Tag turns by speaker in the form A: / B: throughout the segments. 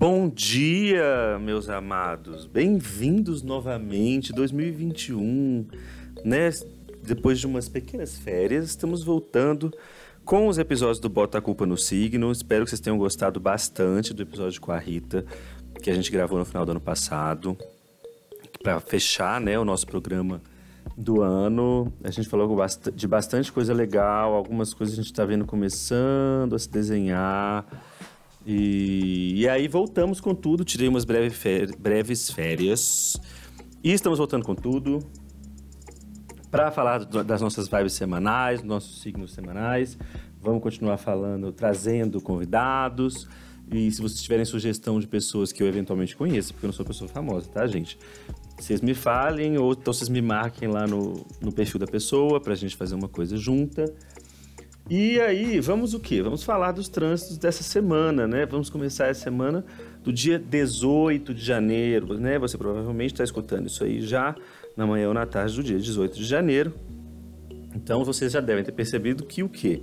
A: Bom dia, meus amados. Bem-vindos novamente, 2021, né? Depois de umas pequenas férias, estamos voltando com os episódios do Bota a Culpa no Signo. Espero que vocês tenham gostado bastante do episódio com a Rita, que a gente gravou no final do ano passado, para fechar, né, o nosso programa do ano. A gente falou de bastante coisa legal, algumas coisas a gente está vendo começando a se desenhar. E aí voltamos com tudo, tirei umas breves férias e estamos voltando com tudo para falar das nossas vibes semanais, dos nossos signos semanais. Vamos continuar falando, trazendo convidados. E se vocês tiverem sugestão de pessoas que eu eventualmente conheço, porque eu não sou pessoa famosa, tá, gente? Vocês me falem ou então vocês me marquem lá no perfil da pessoa pra gente fazer uma coisa junta. E aí, vamos o quê? Vamos falar dos trânsitos dessa semana, né? Vamos começar essa semana do dia 18 de janeiro, né? Você provavelmente está escutando isso aí já na manhã ou na tarde do dia 18 de janeiro. Então, vocês já devem ter percebido que o quê?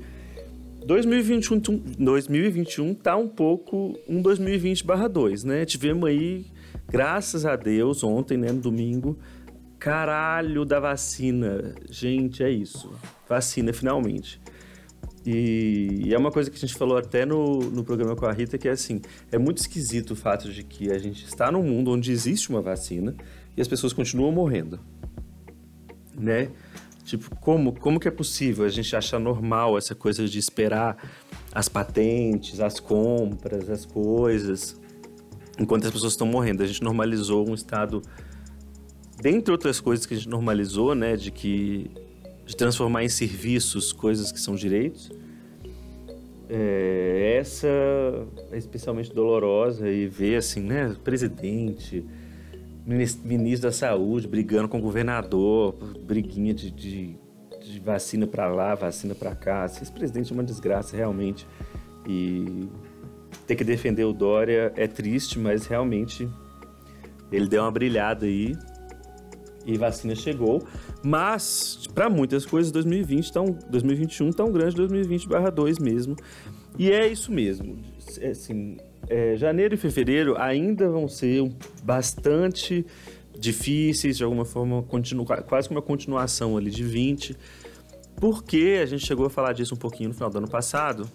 A: 2021 tá um pouco um 2020/2, né? Tivemos aí, graças a Deus, ontem, né, no domingo, caralho da vacina. Gente, é isso. Vacina, finalmente. E é uma coisa que a gente falou até no programa com a Rita, que é assim, é muito esquisito o fato de que a gente está num mundo onde existe uma vacina e as pessoas continuam morrendo, né? Tipo, como que é possível a gente achar normal essa coisa de esperar as patentes, as compras, as coisas, enquanto as pessoas estão morrendo? A gente normalizou um estado, dentre outras coisas que a gente normalizou, né, de transformar em serviços coisas que são direitos. Essa é especialmente dolorosa, e ver assim, né, presidente, ministro da saúde brigando com o governador, briguinha de vacina pra lá, vacina pra cá. Esse presidente é uma desgraça, realmente. E ter que defender o Dória é triste, mas realmente ele deu uma brilhada aí. E vacina chegou, mas para muitas coisas 2021 tá um grande 2020/2 mesmo. E é isso mesmo, assim, janeiro e fevereiro ainda vão ser bastante difíceis, de alguma forma, quase como uma continuação ali de 20, porque a gente chegou a falar disso um pouquinho no final do ano passado.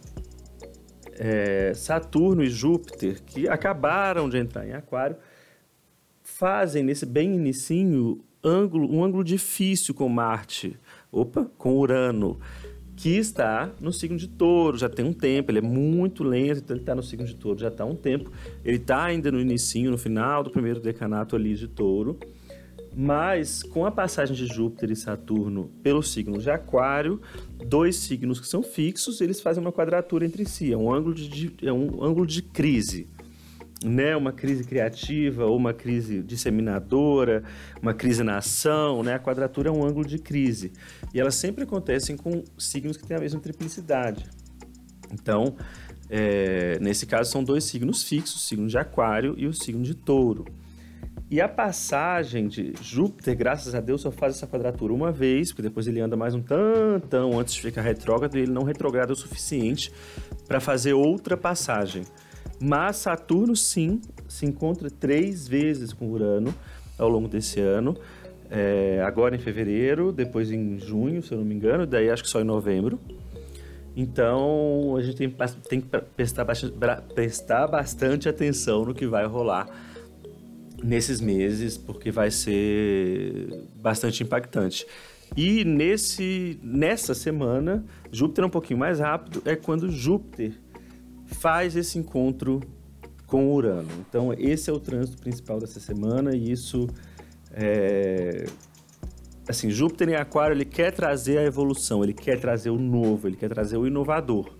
A: Saturno e Júpiter, que acabaram de entrar em Aquário, fazem nesse bem inicinho um ângulo difícil com Marte, com Urano, que está no signo de Touro, já tem um tempo. Ele é muito lento, então ele está no signo de Touro já está há um tempo. Ele está ainda no inicinho, no final do primeiro decanato ali de Touro, mas com a passagem de Júpiter e Saturno pelo signo de Aquário, dois signos que são fixos, eles fazem uma quadratura entre si, é um ângulo de crise, né? Uma crise criativa ou uma crise disseminadora, uma crise na ação, né? A quadratura é um ângulo de crise e elas sempre acontecem com signos que têm a mesma triplicidade. Então, nesse caso são dois signos fixos, o signo de Aquário e o signo de Touro. E a passagem de Júpiter, graças a Deus, só faz essa quadratura uma vez, porque depois ele anda mais um tantão antes de ficar retrógrado, e ele não retrograda o suficiente para fazer outra passagem. Mas Saturno, sim, se encontra 3 vezes com Urano ao longo desse ano. Agora em fevereiro, depois em junho, se eu não me engano, daí acho que só em novembro. Então, a gente tem que prestar bastante atenção no que vai rolar nesses meses, porque vai ser bastante impactante. E nessa semana, Júpiter é um pouquinho mais rápido, é quando Júpiter faz esse encontro com Urano. Então, esse é o trânsito principal dessa semana, e isso assim, Júpiter em Aquário, ele quer trazer a evolução, ele quer trazer o novo, ele quer trazer o inovador.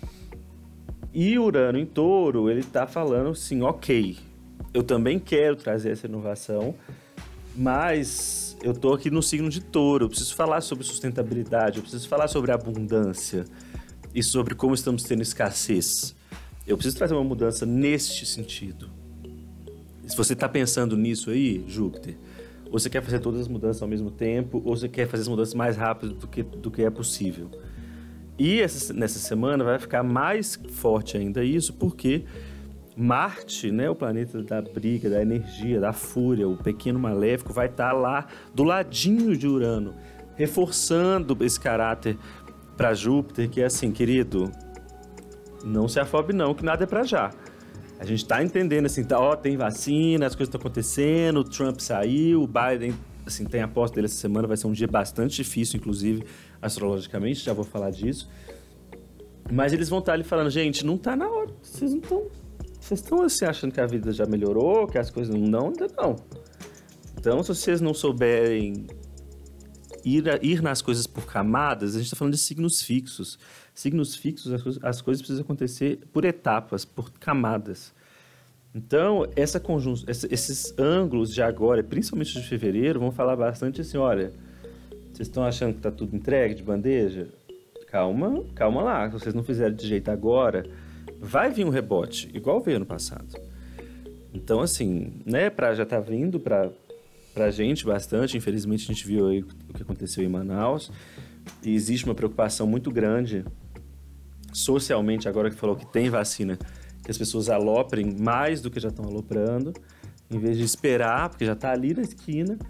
A: E Urano em Touro, ele tá falando assim, ok, eu também quero trazer essa inovação, mas eu tô aqui no signo de Touro, eu preciso falar sobre sustentabilidade, eu preciso falar sobre abundância e sobre como estamos tendo escassez. Eu preciso trazer uma mudança neste sentido. Se você está pensando nisso aí, Júpiter, ou você quer fazer todas as mudanças ao mesmo tempo, ou você quer fazer as mudanças mais rápido do que é possível. E nessa semana vai ficar mais forte ainda isso, porque Marte, né, o planeta da briga, da energia, da fúria, o pequeno maléfico, vai estar lá do ladinho de Urano, reforçando esse caráter para Júpiter, que é assim, querido, não se afobe não, que nada é para já. A gente está entendendo assim, tem vacina, as coisas estão acontecendo, o Trump saiu, o Biden, assim, tem a posse dele essa semana, vai ser um dia bastante difícil, inclusive, astrologicamente, já vou falar disso. Mas eles vão estar ali falando, gente, não está na hora, vocês não estão... Vocês estão assim, achando que a vida já melhorou, que as coisas não ainda não. Então, se vocês não souberem ir nas coisas por camadas, a gente está falando de signos fixos. Signos fixos, as coisas precisam acontecer por etapas, por camadas. Então, esses ângulos de agora, principalmente de fevereiro, vão falar bastante assim, olha, vocês estão achando que está tudo entregue de bandeja? Calma lá, se vocês não fizerem de jeito agora, vai vir um rebote, igual veio no passado. Então, assim, né, já tá vindo pra gente bastante. Infelizmente, a gente viu aí o que aconteceu em Manaus. E existe uma preocupação muito grande, socialmente, agora que falou que tem vacina, que as pessoas aloprem mais do que já estão aloprando, em vez de esperar, porque já tá ali na esquina,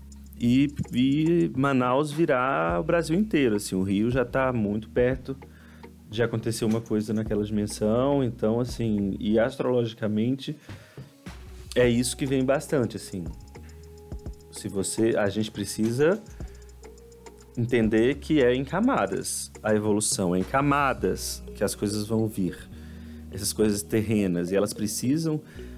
A: e Manaus virar o Brasil inteiro. Assim, o Rio já tá muito perto de acontecer uma coisa naquela dimensão, então, assim, e astrologicamente é isso que vem bastante, assim. A gente precisa entender que é em camadas a evolução, é em camadas que as coisas vão vir, essas coisas terrenas, e elas precisam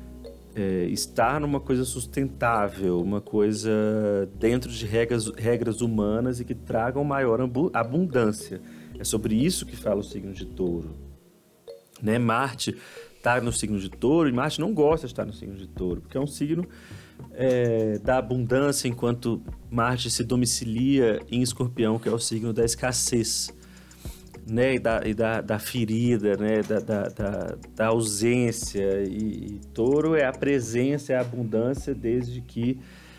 A: estar numa coisa sustentável, uma coisa dentro de regras humanas e que tragam maior abundância. É sobre isso que fala o signo de Touro, né? Marte está no signo de Touro, e Marte não gosta de estar no signo de Touro, porque é um signo da abundância, enquanto Marte se domicilia em Escorpião, que é o signo da escassez, né? E da ferida, né? Da ausência. E Touro é a presença, é a abundância, desde que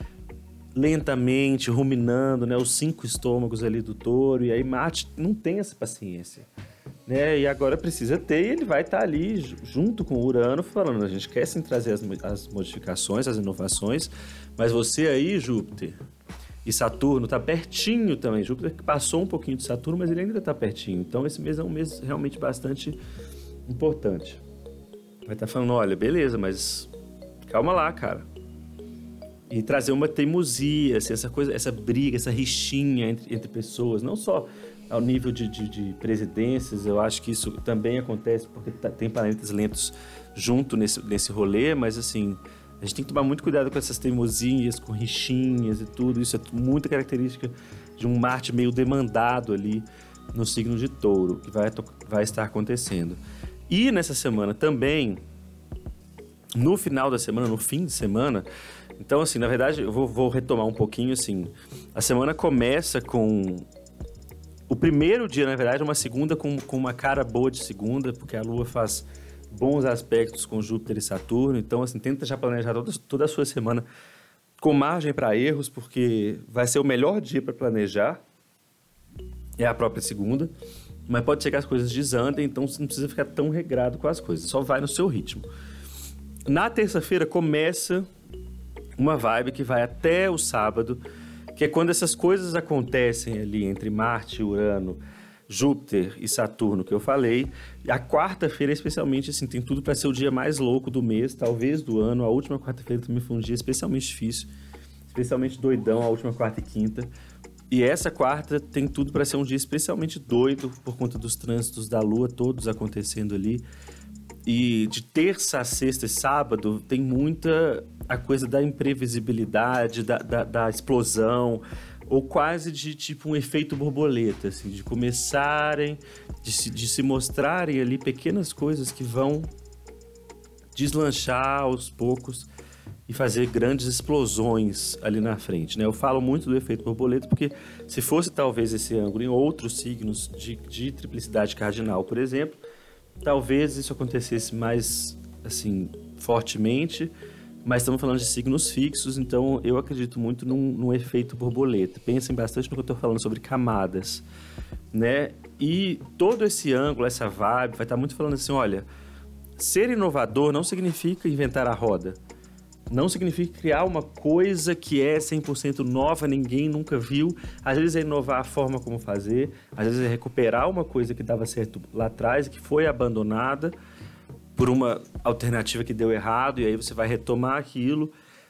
A: lentamente, ruminando, né, os 5 estômagos ali do Touro, e aí Marte não tem essa paciência, né, e agora precisa ter, e ele vai estar ali junto com o Urano falando, a gente quer sim trazer as modificações, as inovações, mas você aí, Júpiter e Saturno, tá pertinho também. Júpiter passou um pouquinho de Saturno, mas ele ainda tá pertinho, então esse mês é um mês realmente bastante importante. Vai estar falando, olha, beleza, mas calma lá, cara. E trazer uma teimosia, assim, essa briga, essa rixinha entre pessoas, não só ao nível de presidências. Eu acho que isso também acontece porque tem planetas lentos junto nesse rolê, mas assim, a gente tem que tomar muito cuidado com essas teimosias, com rixinhas e tudo. Isso é muita característica de um Marte meio demandado ali no signo de Touro, que vai estar acontecendo. E nessa semana também, no final da semana, no fim de semana. Então, assim, na verdade, eu vou retomar um pouquinho, assim. A semana começa com... O primeiro dia, na verdade, é uma segunda com uma cara boa de segunda, porque a Lua faz bons aspectos com Júpiter e Saturno. Então, assim, tenta já planejar toda a sua semana com margem para erros, porque vai ser o melhor dia para planejar. É a própria segunda. Mas pode ser que as coisas desandem, então você não precisa ficar tão regrado com as coisas. Só vai no seu ritmo. Na terça-feira começa uma vibe que vai até o sábado, que é quando essas coisas acontecem ali entre Marte, Urano, Júpiter e Saturno, que eu falei. E a quarta-feira, especialmente, assim, tem tudo para ser o dia mais louco do mês, talvez do ano. A última quarta-feira também foi um dia especialmente difícil, especialmente doidão, a última quarta e quinta. E essa quarta tem tudo para ser um dia especialmente doido, por conta dos trânsitos da Lua, todos acontecendo ali. E de terça a sexta e sábado tem muita a coisa da imprevisibilidade, da explosão, ou quase de tipo um efeito borboleta, assim, de começarem, de se mostrarem ali pequenas coisas que vão deslanchar aos poucos e fazer grandes explosões ali na frente, né? Eu falo muito do efeito borboleta porque se fosse talvez esse ângulo em outros signos de triplicidade cardinal, por exemplo, talvez isso acontecesse mais, assim, fortemente, mas estamos falando de signos fixos, então eu acredito muito num efeito borboleta. Pensem bastante no que eu estou falando sobre camadas, né? E todo esse ângulo, essa vibe, vai estar muito falando assim, olha, ser inovador não significa inventar a roda. Não significa criar uma coisa que é 100% nova, ninguém nunca viu. Às vezes é inovar a forma como fazer, às vezes é recuperar uma coisa que dava certo lá atrás e que foi abandonada por uma alternativa que deu errado, e aí você vai retomar aquilo.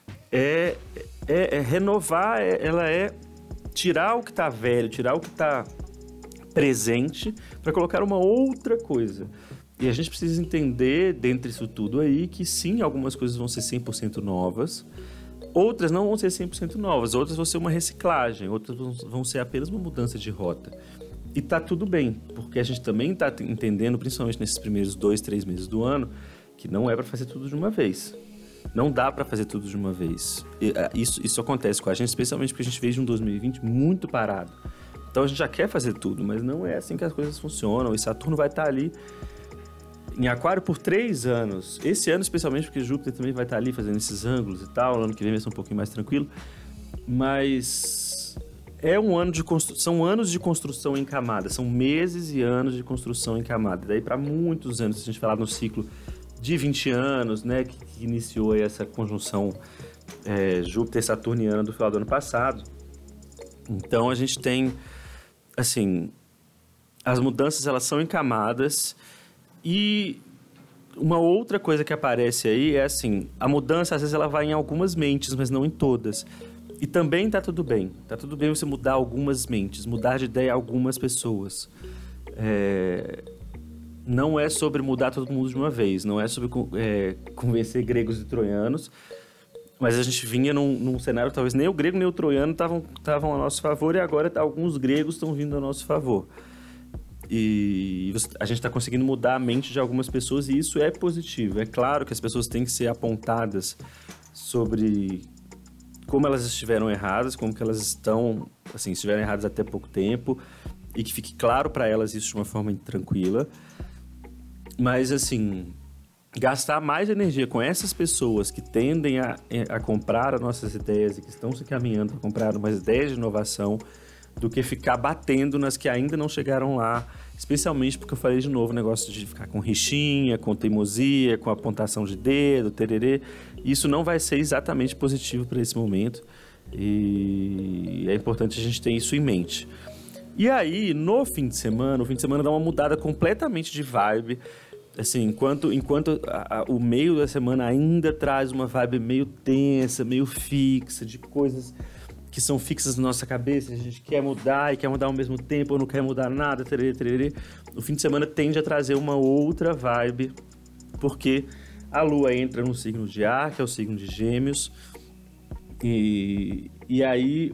A: Renovar, ela é tirar o que está velho, tirar o que está presente para colocar uma outra coisa. E a gente precisa entender, dentre isso tudo aí, que sim, algumas coisas vão ser 100% novas, outras não vão ser 100% novas, outras vão ser uma reciclagem, outras vão ser apenas uma mudança de rota. E tá tudo bem, porque a gente também tá entendendo, principalmente nesses primeiros 2, 3 meses do ano, que não é para fazer tudo de uma vez. Não dá para fazer tudo de uma vez. Isso acontece com a gente, especialmente porque a gente veio de um 2020 muito parado. Então a gente já quer fazer tudo, mas não é assim que as coisas funcionam. E Saturno vai estar ali em Aquário por 3 anos. Esse ano, especialmente, porque Júpiter também vai estar ali fazendo esses ângulos e tal. Ano que vem vai ser um pouquinho mais tranquilo. Mas é um ano de são anos de construção em camada. São meses e anos de construção em camada. Daí para muitos anos, se a gente falar no ciclo de 20 anos, né, que iniciou aí essa conjunção Júpiter-Saturniana do final do ano passado. Então a gente tem, assim, as mudanças elas são em camadas. E uma outra coisa que aparece aí é assim, a mudança às vezes ela vai em algumas mentes, mas não em todas. E também tá tudo bem você mudar algumas mentes, mudar de ideia algumas pessoas. Não é sobre mudar todo mundo de uma vez, não é sobre convencer gregos e troianos, mas a gente vinha num cenário talvez nem o grego nem o troiano estavam a nosso favor, e agora alguns gregos estão vindo a nosso favor. E a gente está conseguindo mudar a mente de algumas pessoas, e isso é positivo. É claro que as pessoas têm que ser apontadas sobre como elas estiveram erradas, como que elas estão, assim, estiveram erradas até pouco tempo, e que fique claro para elas isso de uma forma tranquila. Mas, assim, gastar mais energia com essas pessoas que tendem a comprar as nossas ideias e que estão se caminhando para comprar umas ideias de inovação, do que ficar batendo nas que ainda não chegaram lá, especialmente porque eu falei de novo o negócio de ficar com rixinha, com teimosia, com apontação de dedo, tererê. Isso não vai ser exatamente positivo para esse momento, e é importante a gente ter isso em mente. E aí, no fim de semana, o fim de semana dá uma mudada completamente de vibe. Assim, enquanto o meio da semana ainda traz uma vibe meio tensa, meio fixa, de coisas que são fixas na nossa cabeça, a gente quer mudar e quer mudar ao mesmo tempo, ou não quer mudar nada, tererê, tererê. O fim de semana tende a trazer uma outra vibe, porque a Lua entra no signo de ar, que é o signo de Gêmeos, e aí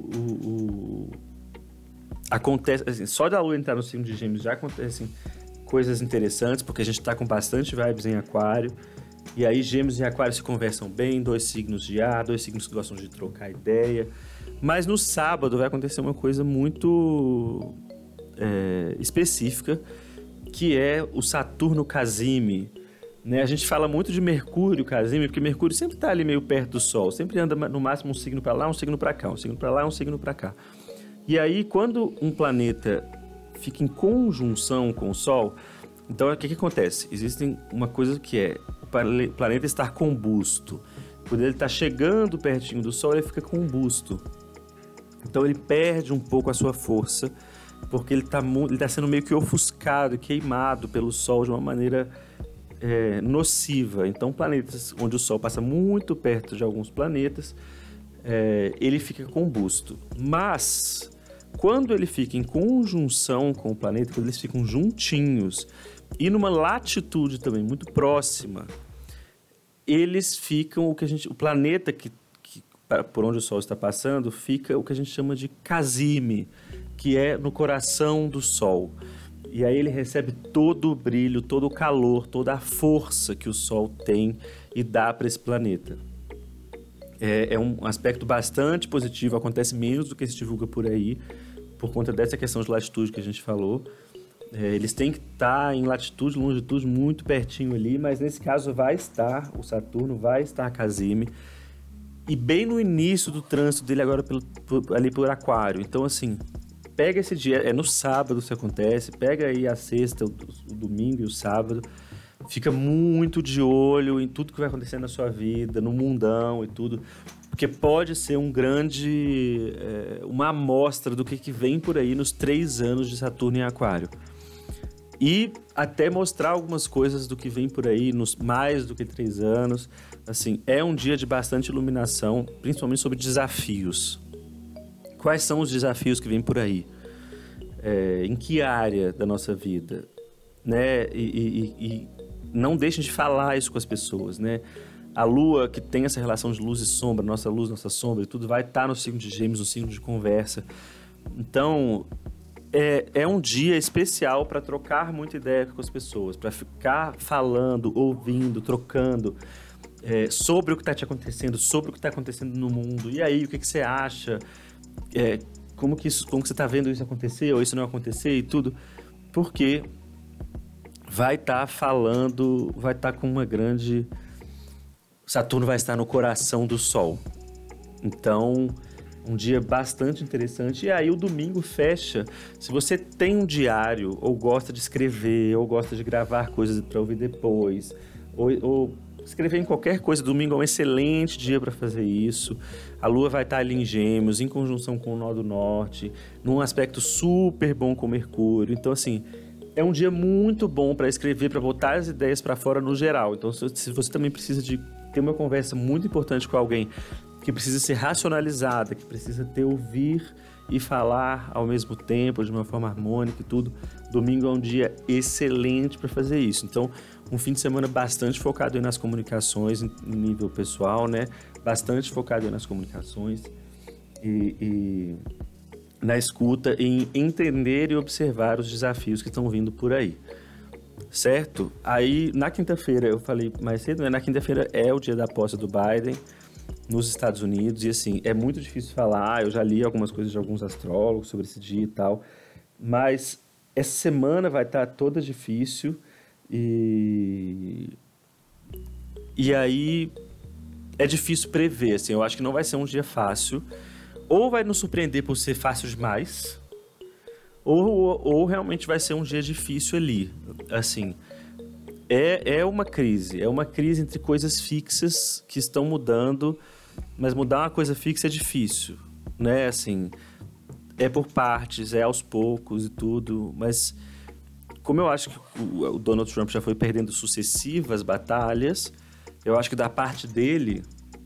A: acontece, assim, só da Lua entrar no signo de Gêmeos já acontecem coisas interessantes, porque a gente está com bastante vibes em Aquário. E aí Gêmeos e Aquário se conversam bem, 2 signos de ar, 2 signos que gostam de trocar ideia. Mas no sábado vai acontecer uma coisa muito específica, que é o Saturno Casime. Né? A gente fala muito de Mercúrio Casime, porque Mercúrio sempre está ali meio perto do Sol, sempre anda no máximo um signo para lá, um signo para cá, um signo para lá, um signo para cá. E aí quando um planeta fica em conjunção com o Sol, então o que acontece? Existe uma coisa que é o planeta estar combusto. Quando ele está chegando pertinho do Sol, ele fica combusto. Então ele perde um pouco a sua força, porque ele está sendo meio que ofuscado, queimado pelo Sol de uma maneira nociva. Então planetas onde o Sol passa muito perto de alguns planetas, ele fica combusto. Mas quando ele fica em conjunção com o planeta, quando eles ficam juntinhos e numa latitude também muito próxima, eles ficam o planeta que por onde o Sol está passando, fica o que a gente chama de Casime, que é no coração do Sol. E aí ele recebe todo o brilho, todo o calor, toda a força que o Sol tem e dá para esse planeta. É um aspecto bastante positivo, acontece menos do que se divulga por aí, por conta dessa questão de latitude que a gente falou. Eles têm que estar em latitude, longitude muito pertinho ali, mas nesse caso o Saturno vai estar Casime, e bem no início do trânsito dele agora ali por Aquário. Então assim, pega esse dia, no sábado isso acontece, pega aí a sexta, o domingo e o sábado, Fica muito de olho em tudo que vai acontecer na sua vida, no mundão e tudo, porque pode ser uma amostra do que vem por aí nos 3 anos de Saturno em Aquário. E até mostrar algumas coisas do que vem por aí nos mais do que 3 anos. Assim, é um dia de bastante iluminação, principalmente sobre desafios. Quais são os desafios que vêm por aí? Em que área da nossa vida? Né? E não deixem de falar isso com as pessoas, né? A Lua, que tem essa relação de luz e sombra, nossa luz, nossa sombra e tudo, vai estar no signo de Gêmeos, no signo de conversa. Então, é um dia especial para trocar muita ideia com as pessoas, para ficar falando, ouvindo, trocando sobre o que está te acontecendo, sobre o que está acontecendo no mundo. E aí, o que você acha? Como que você está vendo isso acontecer ou isso não acontecer e tudo? Porque vai estar falando, vai estar com uma grande... Saturno vai estar no coração do Sol. Então, um dia bastante interessante. E aí o domingo fecha. Se você tem um diário, ou gosta de escrever, ou gosta de gravar coisas para ouvir depois, ou escrever em qualquer coisa, domingo é um excelente dia para fazer isso. A Lua vai estar ali em Gêmeos, em conjunção com o Nó do Norte, num aspecto super bom com Mercúrio. Então, assim, é um dia muito bom para escrever, para botar as ideias para fora no geral. Então, se você também precisa de ter uma conversa muito importante com alguém que precisa ser racionalizada, que precisa ouvir e falar ao mesmo tempo, de uma forma harmônica e tudo, domingo é um dia excelente para fazer isso. Então, um fim de semana bastante focado aí nas comunicações em nível pessoal, né? Bastante focado aí nas comunicações e na escuta, em entender e observar os desafios que estão vindo por aí. Certo? Aí, na quinta-feira, eu falei mais cedo, né? Na quinta-feira é o dia da posse do Biden nos Estados Unidos, e assim, é muito difícil falar, eu já li algumas coisas de alguns astrólogos sobre esse dia e tal, mas essa semana vai estar toda difícil, e aí é difícil prever, assim, eu acho que não vai ser um dia fácil, ou vai nos surpreender por ser fácil demais, ou realmente vai ser um dia difícil ali, assim... É uma crise entre coisas fixas que estão mudando, mas mudar uma coisa fixa é difícil, né? Assim, é por partes, é aos poucos e tudo, mas como eu acho que o Donald Trump já foi perdendo sucessivas batalhas, eu acho que da parte dele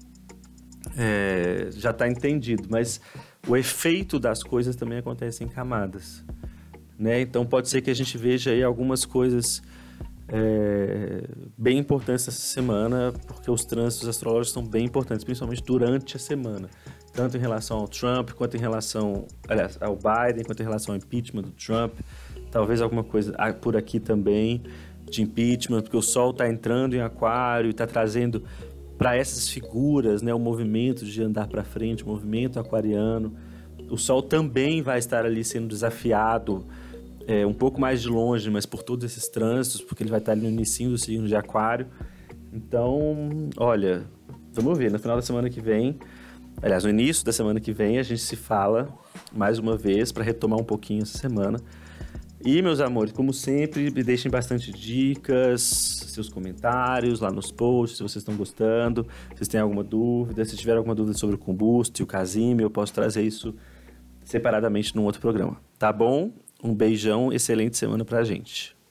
A: já está entendido, mas o efeito das coisas também acontece em camadas, né? Então pode ser que a gente veja aí algumas coisas... bem importantes essa semana, porque os trânsitos astrológicos são bem importantes, principalmente durante a semana, tanto em relação ao Trump, quanto em relação, aliás, ao Biden, quanto em relação ao impeachment do Trump, talvez alguma coisa por aqui também de impeachment, porque o Sol está entrando em Aquário e está trazendo para essas figuras, né, o movimento de andar para frente, o movimento aquariano. O Sol também vai estar ali sendo desafiado um pouco mais de longe, mas por todos esses trânsitos, porque ele vai estar ali no início do signo de Aquário. Então, olha, vamos ver, no final da semana que vem, aliás, no início da semana que vem, a gente se fala mais uma vez para retomar um pouquinho essa semana. E, meus amores, como sempre, me deixem bastante dicas, seus comentários lá nos posts, se vocês estão gostando, se vocês têm alguma dúvida, se tiver alguma dúvida sobre o Combust e o Casimir, eu posso trazer isso separadamente num outro programa, tá bom? Um beijão, excelente semana pra gente.